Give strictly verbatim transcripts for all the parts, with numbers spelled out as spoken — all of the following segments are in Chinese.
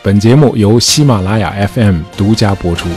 本节目由喜马拉雅 F M 独家播出。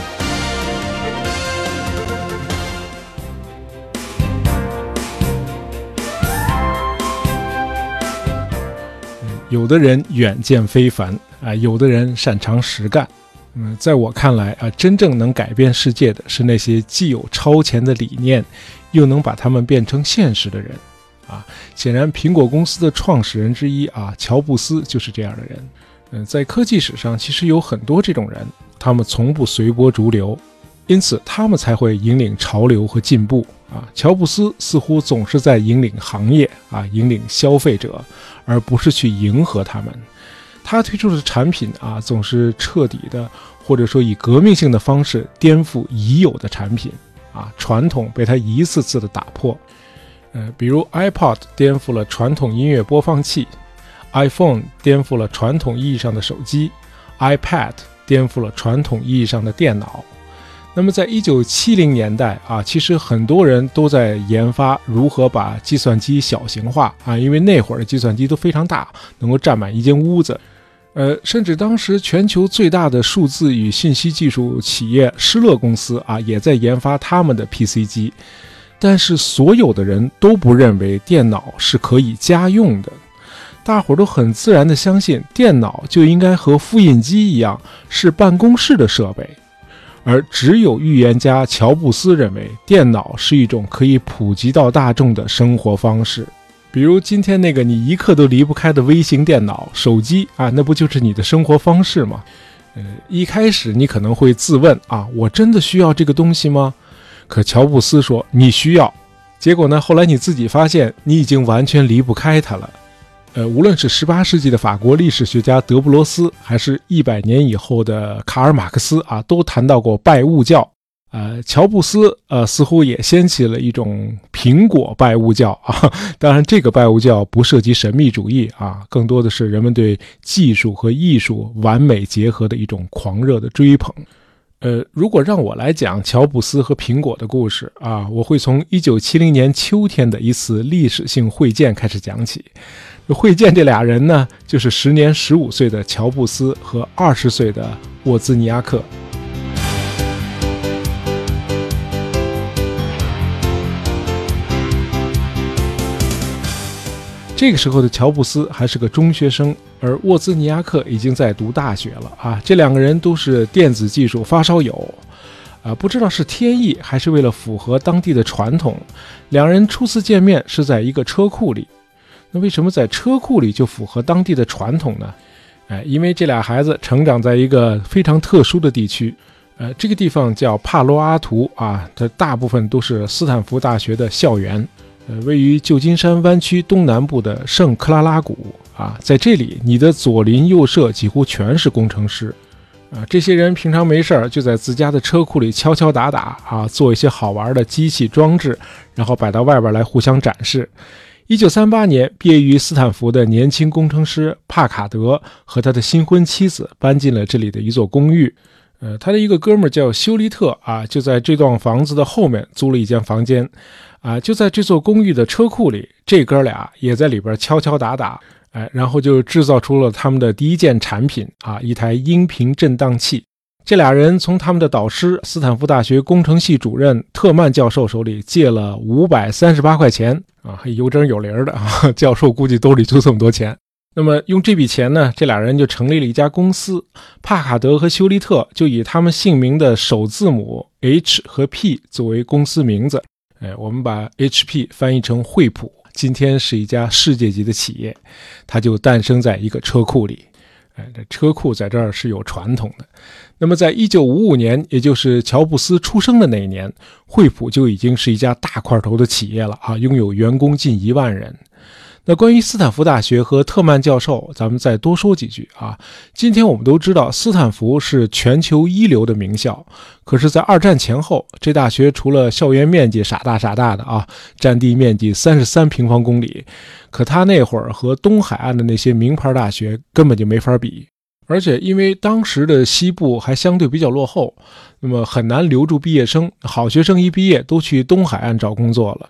有的人远见非凡啊，有的人擅长实干。嗯，在我看来啊，真正能改变世界的是那些既有超前的理念，又能把它们变成现实的人。啊，显然苹果公司的创始人之一啊，乔布斯就是这样的人。嗯，在科技史上其实有很多这种人，他们从不随波逐流，因此他们才会引领潮流和进步。啊，乔布斯似乎总是在引领行业啊，引领消费者，而不是去迎合他们。他推出的产品啊，总是彻底的，或者说以革命性的方式颠覆已有的产品啊，传统被他一次次的打破。呃，比如 iPod 颠覆了传统音乐播放器， iPhone 颠覆了传统意义上的手机， iPad 颠覆了传统意义上的电脑。那么在一九七零年代啊，其实很多人都在研发如何把计算机小型化啊，因为那会儿的计算机都非常大，能够占满一间屋子。呃，甚至当时全球最大的数字与信息技术企业施乐公司啊，也在研发他们的 P C 机。但是所有的人都不认为电脑是可以家用的，大伙儿都很自然地相信电脑就应该和复印机一样是办公室的设备。而只有预言家乔布斯认为电脑是一种可以普及到大众的生活方式。比如今天那个你一刻都离不开的微型电脑、手机啊，那不就是你的生活方式吗？呃，一开始你可能会自问啊，我真的需要这个东西吗？可乔布斯说你需要。结果呢，后来你自己发现你已经完全离不开它了。呃，无论是十八世纪的法国历史学家德布罗斯，还是一百年以后的卡尔马克思啊，都谈到过拜物教。呃，乔布斯呃似乎也掀起了一种苹果拜物教啊。当然，这个拜物教不涉及神秘主义啊，更多的是人们对技术和艺术完美结合的一种狂热的追捧。呃，如果让我来讲乔布斯和苹果的故事啊，我会从一九七零年秋天的一次历史性会见开始讲起。会见这俩人呢，就是时年十五岁的乔布斯和二十岁的沃兹尼亚克。这个时候的乔布斯还是个中学生，而沃兹尼亚克已经在读大学了啊。这两个人都是电子技术发烧友啊，不知道是天意还是为了符合当地的传统，两人初次见面是在一个车库里。那为什么在车库里就符合当地的传统呢？哎，因为这俩孩子成长在一个非常特殊的地区，呃，这个地方叫帕罗阿图啊，它大部分都是斯坦福大学的校园，呃，位于旧金山湾区东南部的圣克拉拉谷啊，在这里，你的左邻右舍几乎全是工程师。啊，这些人平常没事儿就在自家的车库里敲敲打打啊，做一些好玩的机器装置，然后摆到外边来互相展示。一九三八年，毕业于斯坦福的年轻工程师帕卡德和他的新婚妻子搬进了这里的一座公寓。呃，他的一个哥们儿叫休利特啊，就在这幢房子的后面租了一间房间。啊，就在这座公寓的车库里，这哥俩也在里边敲敲打打，哎，然后就制造出了他们的第一件产品啊，一台音频震荡器。这俩人从他们的导师斯坦福大学工程系主任特曼教授手里借了五百三十八块钱啊，还有整有零的啊，教授估计兜里就这么多钱。那么用这笔钱呢，这俩人就成立了一家公司，帕卡德和休利特就以他们姓名的首字母 H 和 P 作为公司名字。哎，我们把 H P 翻译成惠普，今天是一家世界级的企业，它就诞生在一个车库里。哎，这车库在这儿是有传统的。那么在一九五五年，也就是乔布斯出生的那一年，惠普就已经是一家大块头的企业了啊，拥有员工近一万人。那关于斯坦福大学和特曼教授，咱们再多说几句啊。今天我们都知道斯坦福是全球一流的名校，可是在二战前后，这大学除了校园面积傻大傻大的啊，占地面积三十三平方公里，可他那会儿和东海岸的那些名牌大学根本就没法比。而且因为当时的西部还相对比较落后，那么很难留住毕业生，好学生一毕业都去东海岸找工作了。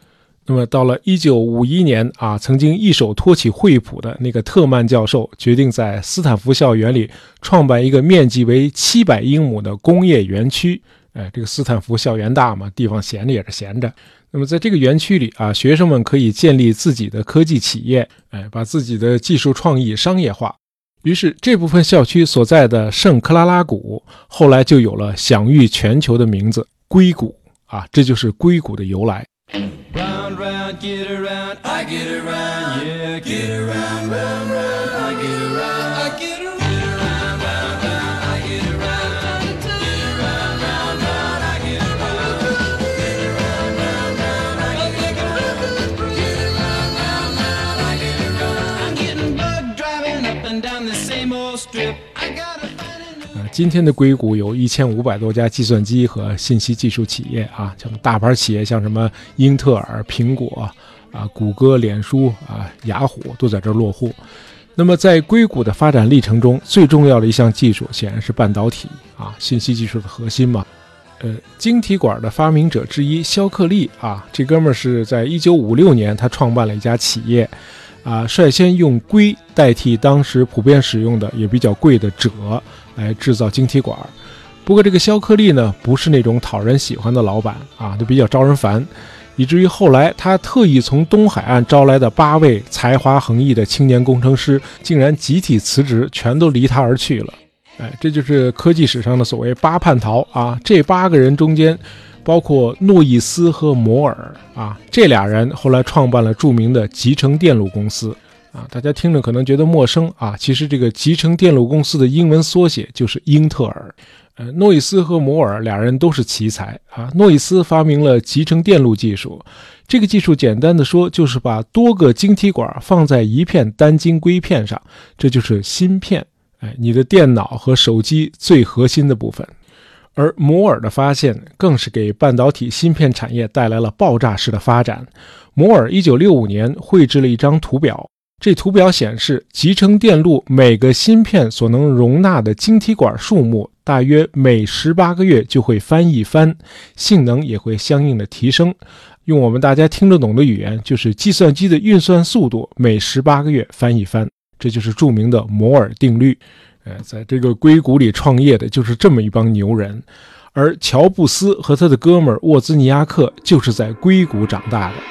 那么到了一九五一年啊，曾经一手托起惠普的那个特曼教授决定在斯坦福校园里创办一个面积为七百英亩的工业园区。哎，这个斯坦福校园大嘛，地方闲着也是闲着。那么在这个园区里啊，学生们可以建立自己的科技企业，哎，把自己的技术创意商业化。于是这部分校区所在的圣克拉拉谷后来就有了享誉全球的名字硅谷啊，这就是硅谷的由来。Round, round, get around, I get around, yeah, get around, round, round, I get around, I get around, round, round, round, I get around, get around, round, round, I get around, get around, round, round, I get around, get around, round, round, I get around. I'm getting bug driving up and down the same old strip. I gotta.今天的硅谷有一千五百多家计算机和信息技术企业啊，像大牌企业像什么英特尔、苹果啊、谷歌、脸书啊、雅虎都在这儿落户。那么在硅谷的发展历程中，最重要的一项技术显然是半导体啊，信息技术的核心嘛。呃，晶体管的发明者之一肖克利啊，这哥们儿是在一九五六年他创办了一家企业。啊，率先用硅代替当时普遍使用的也比较贵的锗来制造晶体管。不过这个肖克利呢，不是那种讨人喜欢的老板啊，都比较招人烦，以至于后来他特意从东海岸招来的八位才华横溢的青年工程师，竟然集体辞职，全都离他而去了。哎，这就是科技史上的所谓八叛逃啊！这八个人中间，包括诺伊斯和摩尔啊，这俩人后来创办了著名的集成电路公司啊。大家听着可能觉得陌生啊，其实这个集成电路公司的英文缩写就是英特尔。呃，诺伊斯和摩尔俩人都是奇才啊。诺伊斯发明了集成电路技术，这个技术简单的说就是把多个晶体管放在一片单晶硅片上，这就是芯片。哎，你的电脑和手机最核心的部分。而摩尔的发现更是给半导体芯片产业带来了爆炸式的发展。摩尔一九六五年绘制了一张图表，这图表显示集成电路每个芯片所能容纳的晶体管数目大约每十八个月就会翻一番，性能也会相应的提升。用我们大家听得懂的语言，就是计算机的运算速度每十八个月翻一番，这就是著名的摩尔定律。呃，在这个硅谷里创业的就是这么一帮牛人，而乔布斯和他的哥们儿沃兹尼亚克就是在硅谷长大的。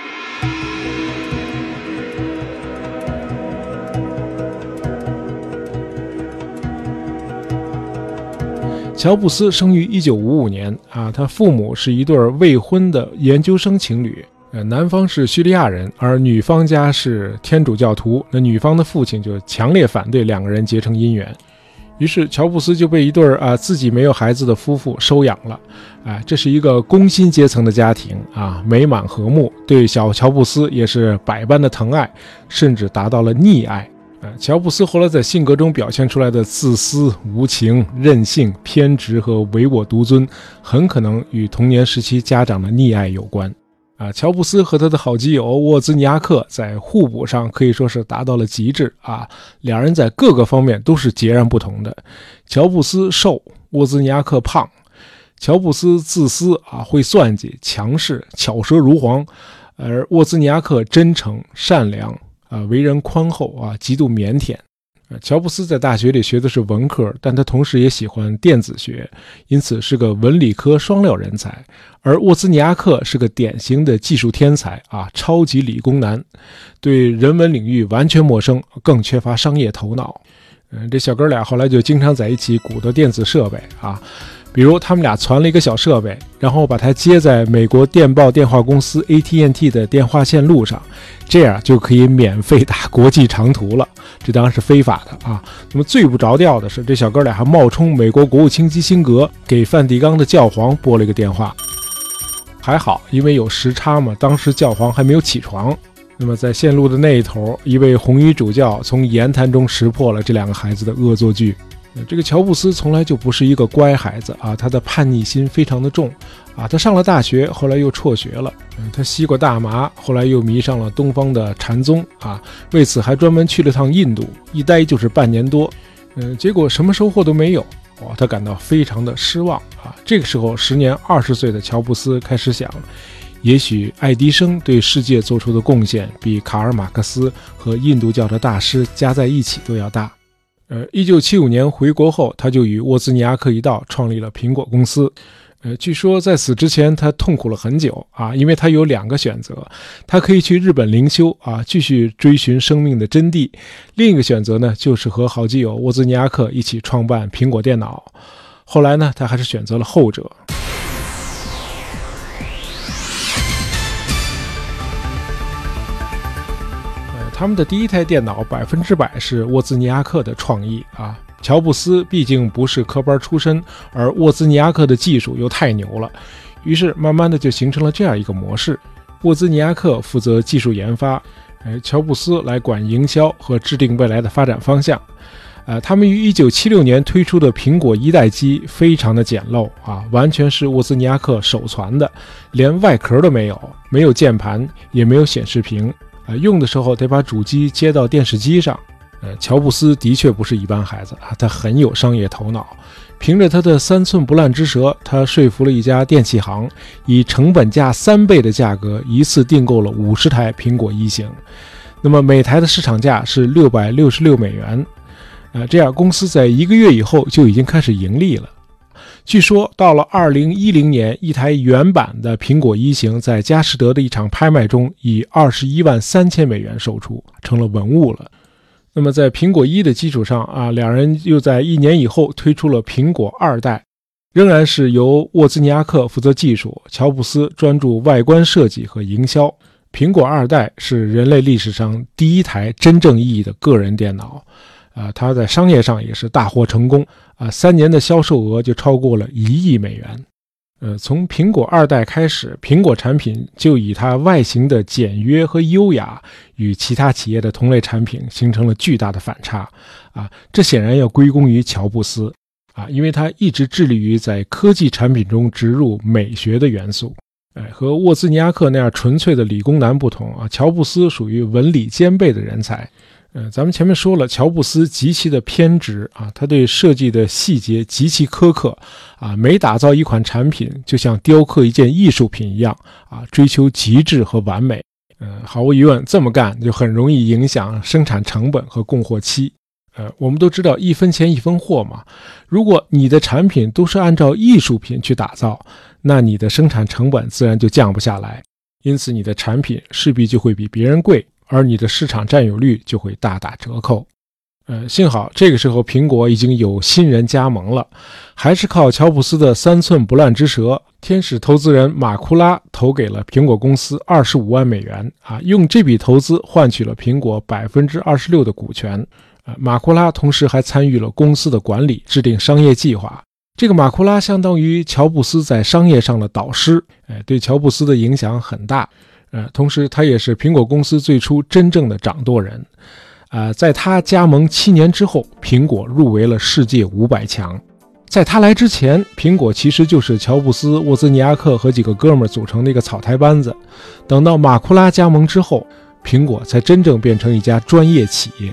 乔布斯生于一九五五年啊，他父母是一对未婚的研究生情侣。呃，男方是叙利亚人，而女方家是天主教徒。那女方的父亲就强烈反对两个人结成姻缘。于是乔布斯就被一对啊自己没有孩子的夫妇收养了，啊，这是一个工薪阶层的家庭啊，美满和睦，对小乔布斯也是百般的疼爱，甚至达到了溺爱。啊，乔布斯后来在性格中表现出来的自私、无情、任性、偏执和唯我独尊，很可能与童年时期家长的溺爱有关。啊，乔布斯和他的好基友沃兹尼亚克在互补上可以说是达到了极致啊，两人在各个方面都是截然不同的。乔布斯瘦，沃兹尼亚克胖。乔布斯自私啊，会算计，强势，巧舌如簧，而沃兹尼亚克真诚、善良啊，为人宽厚啊，极度腼腆。乔布斯在大学里学的是文科，但他同时也喜欢电子学，因此是个文理科双料人才。而沃兹尼亚克是个典型的技术天才啊，超级理工男，对人文领域完全陌生，更缺乏商业头脑。嗯，这小哥俩后来就经常在一起鼓捣电子设备啊，比如他们俩传了一个小设备，然后把它接在美国电报电话公司 A T and T 的电话线路上，这样就可以免费打国际长途了。这当然是非法的啊。那么最不着调的是，这小哥俩还冒充美国国务卿基辛格，给梵蒂冈的教皇拨了一个电话。还好，因为有时差嘛，当时教皇还没有起床。那么在线路的那一头，一位红衣主教从言谈中识破了这两个孩子的恶作剧。这个乔布斯从来就不是一个乖孩子啊，他的叛逆心非常的重啊。他上了大学，后来又辍学了。嗯，他吸过大麻，后来又迷上了东方的禅宗啊，为此还专门去了趟印度，一待就是半年多。嗯，结果什么收获都没有。哇，他感到非常的失望啊！这个时候，时年二十岁的乔布斯开始想， 也许爱迪生对世界做出的贡献比卡尔马克思和印度教的大师加在一起都要大。呃，一九七五年回国后，他就与沃兹尼亚克一道创立了苹果公司。呃，据说在死之前他痛苦了很久啊，因为他有两个选择，他可以去日本灵修啊，继续追寻生命的真谛；另一个选择呢，就是和好基友沃兹尼亚克一起创办苹果电脑。后来呢，他还是选择了后者。他们的第一台电脑百分之百是沃兹尼亚克的创意啊！乔布斯毕竟不是科班出身，而沃兹尼亚克的技术又太牛了，于是慢慢的就形成了这样一个模式：沃兹尼亚克负责技术研发，呃，乔布斯来管营销和制定未来的发展方向。呃，他们于一九七六年推出的苹果一代机非常的简陋啊，完全是沃兹尼亚克手传的，连外壳都没有，没有键盘，也没有显示屏。呃，用的时候得把主机接到电视机上。呃，乔布斯的确不是一般孩子啊，他很有商业头脑。凭着他的三寸不烂之舌，他说服了一家电器行，以成本价三倍的价格一次订购了五十台苹果一型。那么每台的市场价是六百六十六美元。呃，这样公司在一个月以后就已经开始盈利了。据说到了二零一零年，一台原版的苹果一型在佳士得的一场拍卖中以二十一万三千美元售出，成了文物了。那么在苹果一的基础上啊，两人又在一年以后推出了苹果二代，仍然是由沃兹尼亚克负责技术，乔布斯专注外观设计和营销。苹果二代是人类历史上第一台真正意义的个人电脑。啊，它在商业上也是大获成功啊，三年的销售额就超过了一亿美元。呃，从苹果二代开始，苹果产品就以它外形的简约和优雅，与其他企业的同类产品形成了巨大的反差啊。这显然要归功于乔布斯啊，因为他一直致力于在科技产品中植入美学的元素。哎，和沃兹尼亚克那样纯粹的理工男不同啊，乔布斯属于文理兼备的人才。呃，咱们前面说了，乔布斯极其的偏执啊，他对设计的细节极其苛刻啊，每打造一款产品，就像雕刻一件艺术品一样啊，追求极致和完美。呃，毫无疑问，这么干就很容易影响生产成本和供货期。呃，我们都知道一分钱一分货嘛，如果你的产品都是按照艺术品去打造，那你的生产成本自然就降不下来，因此你的产品势必就会比别人贵。而你的市场占有率就会大打折扣。呃，幸好这个时候苹果已经有新人加盟了，还是靠乔布斯的三寸不烂之舌，天使投资人马库拉投给了苹果公司二十五万美元啊，用这笔投资换取了苹果百分之二十六的股权。呃，马库拉同时还参与了公司的管理，制定商业计划。这个马库拉相当于乔布斯在商业上的导师，哎，对乔布斯的影响很大。呃，同时他也是苹果公司最初真正的掌舵人。呃，在他加盟七年之后，苹果入围了世界五百强。在他来之前，苹果其实就是乔布斯、沃兹尼亚克和几个哥们儿组成的一个草台班子。等到马库拉加盟之后，苹果才真正变成一家专业企业。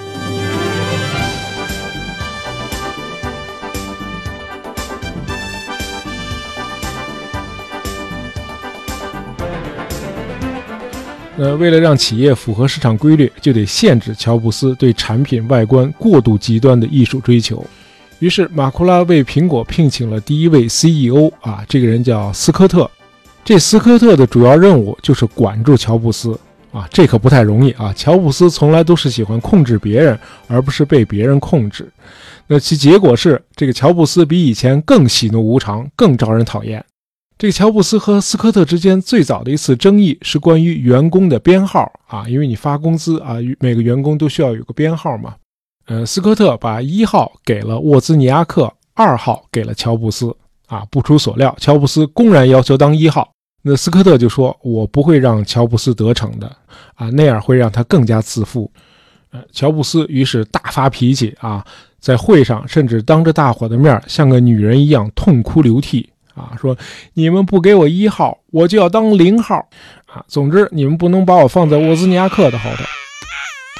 呃，为了让企业符合市场规律，就得限制乔布斯对产品外观过度极端的艺术追求。于是马库拉为苹果聘请了第一位 C E O 啊，这个人叫斯科特。这斯科特的主要任务就是管住乔布斯啊，这可不太容易啊。乔布斯从来都是喜欢控制别人，而不是被别人控制。那其结果是，这个乔布斯比以前更喜怒无常，更招人讨厌。这个乔布斯和斯科特之间最早的一次争议是关于员工的编号啊，因为你发工资啊，每个员工都需要有个编号嘛。呃，斯科特把一号给了沃兹尼亚克，二号给了乔布斯啊。不出所料，乔布斯公然要求当一号。那斯科特就说：“我不会让乔布斯得逞的啊，那样会让他更加自负。”呃，乔布斯于是大发脾气啊，在会上甚至当着大伙的面像个女人一样痛哭流涕。啊，说你们不给我一号，我就要当零号啊！总之，你们不能把我放在沃兹尼亚克的后头。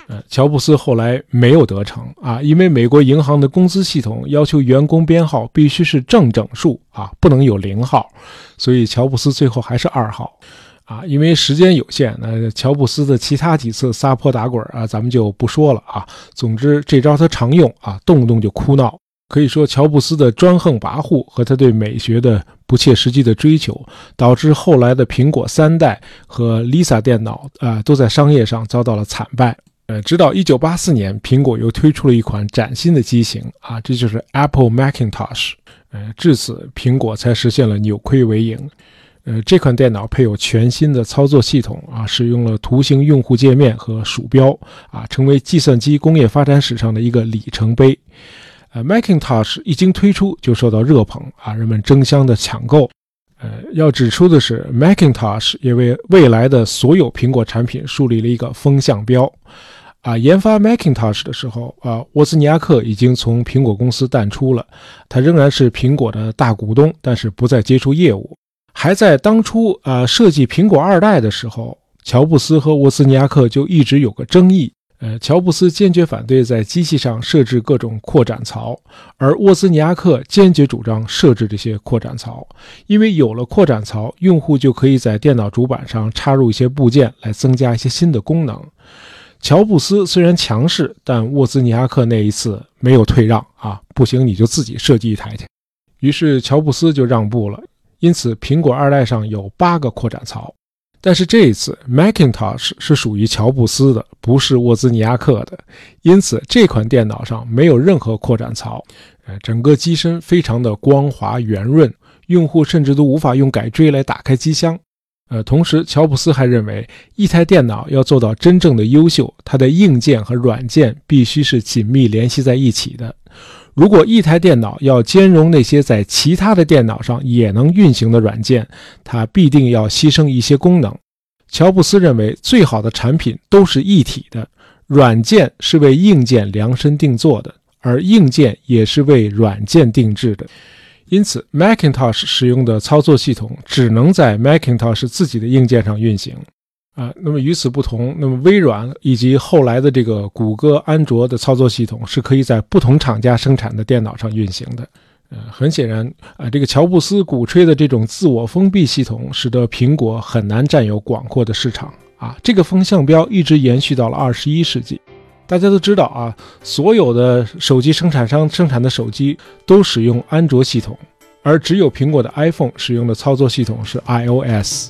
呃，乔布斯后来没有得逞啊，因为美国银行的工资系统要求员工编号必须是正整数啊，不能有零号，所以乔布斯最后还是二号啊。因为时间有限，那乔布斯的其他几次撒泼打滚啊，咱们就不说了啊。总之这招他常用啊，动不动就哭闹。可以说乔布斯的专横跋扈和他对美学的不切实际的追求，导致后来的苹果三代和 Lisa 电脑啊、呃、都在商业上遭到了惨败。呃，直到一九八四年，苹果又推出了一款崭新的机型啊，这就是 Apple Macintosh。呃，至此苹果才实现了扭亏为盈。呃，这款电脑配有全新的操作系统啊，使用了图形用户界面和鼠标啊，成为计算机工业发展史上的一个里程碑。呃 ，Macintosh 一经推出就受到热捧啊，人们争相的抢购。呃，要指出的是 ，Macintosh 也为未来的所有苹果产品树立了一个风向标。啊，研发 Macintosh 的时候啊，沃兹尼亚克已经从苹果公司淡出了，他仍然是苹果的大股东，但是不再接触业务。还在当初啊设计苹果二代的时候，乔布斯和沃兹尼亚克就一直有个争议。呃，乔布斯坚决反对在机器上设置各种扩展槽，而沃兹尼亚克坚决主张设置这些扩展槽，因为有了扩展槽，用户就可以在电脑主板上插入一些部件来增加一些新的功能。乔布斯虽然强势，但沃兹尼亚克那一次没有退让啊，不行你就自己设计一台去。于是乔布斯就让步了，因此苹果二代上有八个扩展槽。但是这一次 Macintosh 是属于乔布斯的，不是沃兹尼亚克的，因此这款电脑上没有任何扩展槽，呃，整个机身非常的光滑圆润，用户甚至都无法用改锥来打开机箱。呃，同时乔布斯还认为，一台电脑要做到真正的优秀，它的硬件和软件必须是紧密联系在一起的。如果一台电脑要兼容那些在其他的电脑上也能运行的软件，它必定要牺牲一些功能。乔布斯认为，最好的产品都是一体的，软件是为硬件量身定做的，而硬件也是为软件定制的。因此 Macintosh 使用的操作系统只能在 Macintosh 自己的硬件上运行啊。那么与此不同，那么微软以及后来的这个谷歌安卓的操作系统是可以在不同厂家生产的电脑上运行的。呃，很显然啊，这个乔布斯鼓吹的这种自我封闭系统使得苹果很难占有广阔的市场啊。这个风向标一直延续到了二十一世纪。大家都知道啊，所有的手机生产商生产的手机都使用安卓系统，而只有苹果的 iPhone 使用的操作系统是 iOS。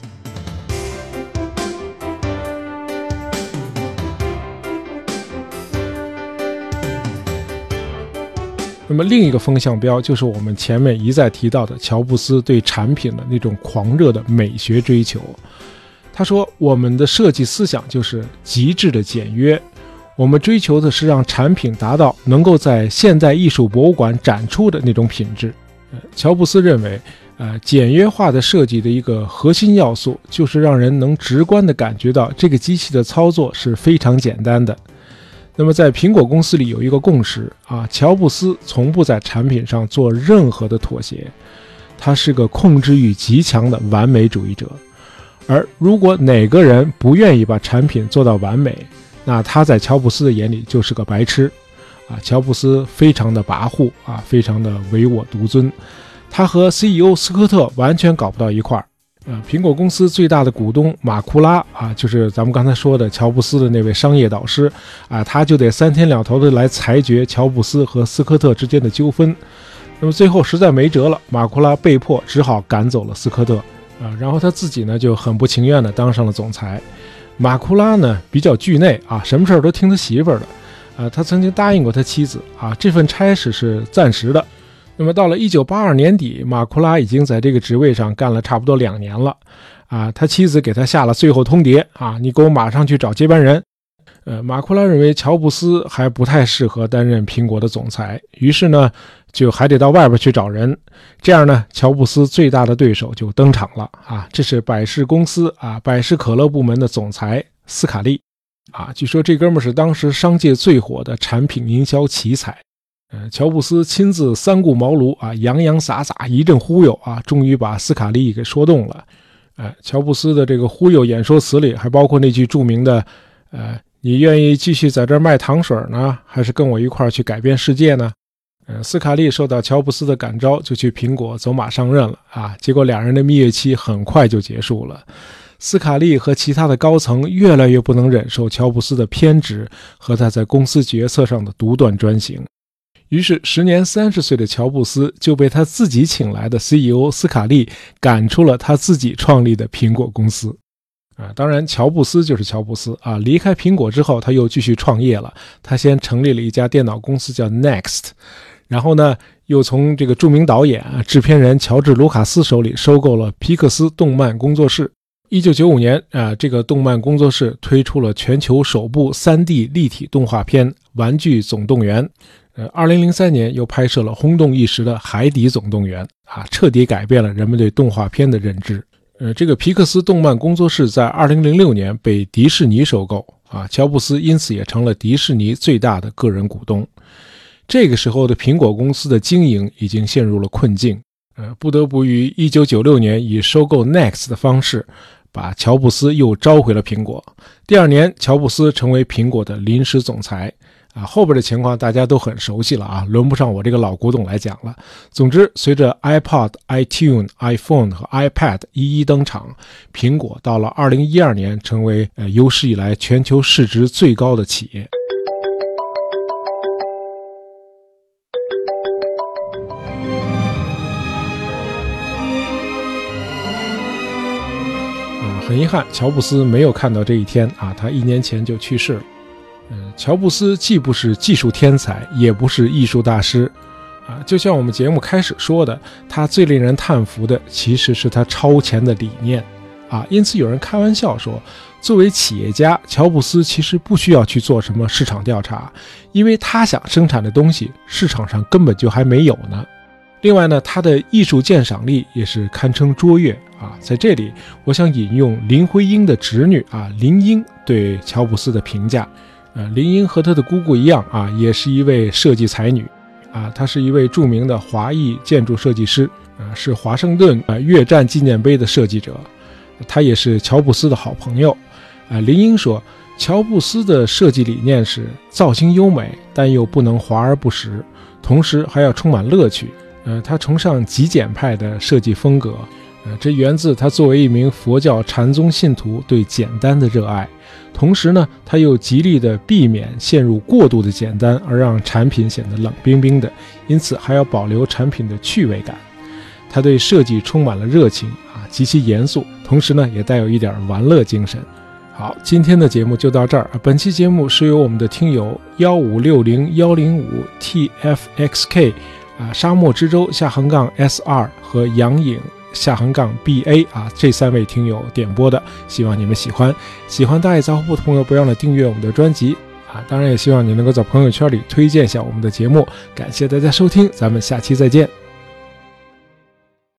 那么另一个风向标就是我们前面一再提到的乔布斯对产品的那种狂热的美学追求。他说，我们的设计思想就是极致的简约，我们追求的是让产品达到能够在现代艺术博物馆展出的那种品质。呃、乔布斯认为，呃，简约化的设计的一个核心要素就是让人能直观地感觉到这个机器的操作是非常简单的。那么在苹果公司里有一个共识啊，乔布斯从不在产品上做任何的妥协，他是个控制欲极强的完美主义者。而如果哪个人不愿意把产品做到完美，那他在乔布斯的眼里就是个白痴啊。乔布斯非常的跋扈啊，非常的唯我独尊，他和 C E O 斯科特完全搞不到一块儿。呃，苹果公司最大的股东马库拉啊，就是咱们刚才说的乔布斯的那位商业导师啊，他就得三天两头的来裁决乔布斯和斯科特之间的纠纷。那么最后实在没辙了，马库拉被迫只好赶走了斯科特啊，然后他自己呢就很不情愿的当上了总裁。马库拉呢比较惧内啊，什么事儿都听他媳妇儿的。呃，他曾经答应过他妻子啊，这份差事是暂时的。那么到了一九八二年底，马库拉已经在这个职位上干了差不多两年了啊。他妻子给他下了最后通牒啊，你给我马上去找接班人。呃，马库拉认为乔布斯还不太适合担任苹果的总裁，于是呢就还得到外边去找人。这样呢，乔布斯最大的对手就登场了啊，这是百事公司啊百事可乐部门的总裁斯卡利啊。据说这哥们是当时商界最火的产品营销奇才。呃，乔布斯亲自三顾茅庐啊，洋洋洒洒一阵忽悠啊，终于把斯卡利给说动了。呃，乔布斯的这个忽悠演说词里还包括那句著名的呃你愿意继续在这儿卖糖水呢，还是跟我一块儿去改变世界呢？呃，斯卡利受到乔布斯的感召，就去苹果走马上任了啊。结果两人的蜜月期很快就结束了。斯卡利和其他的高层越来越不能忍受乔布斯的偏执和他在公司决策上的独断专行，于是时年三十岁的乔布斯就被他自己请来的 C E O 斯卡利赶出了他自己创立的苹果公司。啊，当然乔布斯就是乔布斯啊，离开苹果之后他又继续创业了。他先成立了一家电脑公司叫 Next， 然后呢又从这个著名导演啊制片人乔治卢卡斯手里收购了皮克斯动漫工作室。一九九五年啊，这个动漫工作室推出了全球首部 三 D 立体动画片《玩具总动员》。呃，二零零三年又拍摄了轰动一时的《海底总动员》啊，彻底改变了人们对动画片的认知。呃，这个皮克斯动漫工作室在二零零六年被迪士尼收购啊，乔布斯因此也成了迪士尼最大的个人股东。这个时候的苹果公司的经营已经陷入了困境，呃，不得不于一九九六年以收购 Next 的方式把乔布斯又招回了苹果。第二年，乔布斯成为苹果的临时总裁。啊，后边的情况大家都很熟悉了啊，轮不上我这个老古董来讲了。总之，随着 iPod、iTunes、iPhone 和 iPad 一一登场，苹果到了二零一二年成为呃有史以来全球市值最高的企业。嗯，很遗憾，乔布斯没有看到这一天啊，他一年前就去世了。嗯，乔布斯既不是技术天才，也不是艺术大师啊。就像我们节目开始说的，他最令人叹服的其实是他超前的理念啊。因此有人开玩笑说，作为企业家，乔布斯其实不需要去做什么市场调查，因为他想生产的东西市场上根本就还没有呢。另外呢，他的艺术鉴赏力也是堪称卓越啊。在这里我想引用林徽因的侄女啊林英对乔布斯的评价。呃，林英和她的姑姑一样啊，也是一位设计才女啊。她是一位著名的华裔建筑设计师啊，是华盛顿啊越战纪念碑的设计者。她也是乔布斯的好朋友啊。林英说，乔布斯的设计理念是造型优美，但又不能华而不实，同时还要充满乐趣。呃，他崇尚极简派的设计风格，呃，这源自他作为一名佛教禅宗信徒对简单的热爱。同时呢，他又极力的避免陷入过度的简单，而让产品显得冷冰冰的，因此还要保留产品的趣味感。他对设计充满了热情啊，极其严肃，同时呢，也带有一点玩乐精神。好，今天的节目就到这儿。本期节目是由我们的听友一五六零一零五 T F X K 啊，沙漠之舟下横杠 S 二 和杨颖下横杠 B A 啊，这三位听友点播的，希望你们喜欢。喜欢大爷杂货铺的朋友，不要忘了订阅我们的专辑啊！当然也希望你能够在朋友圈里推荐一下我们的节目。感谢大家收听，咱们下期再见。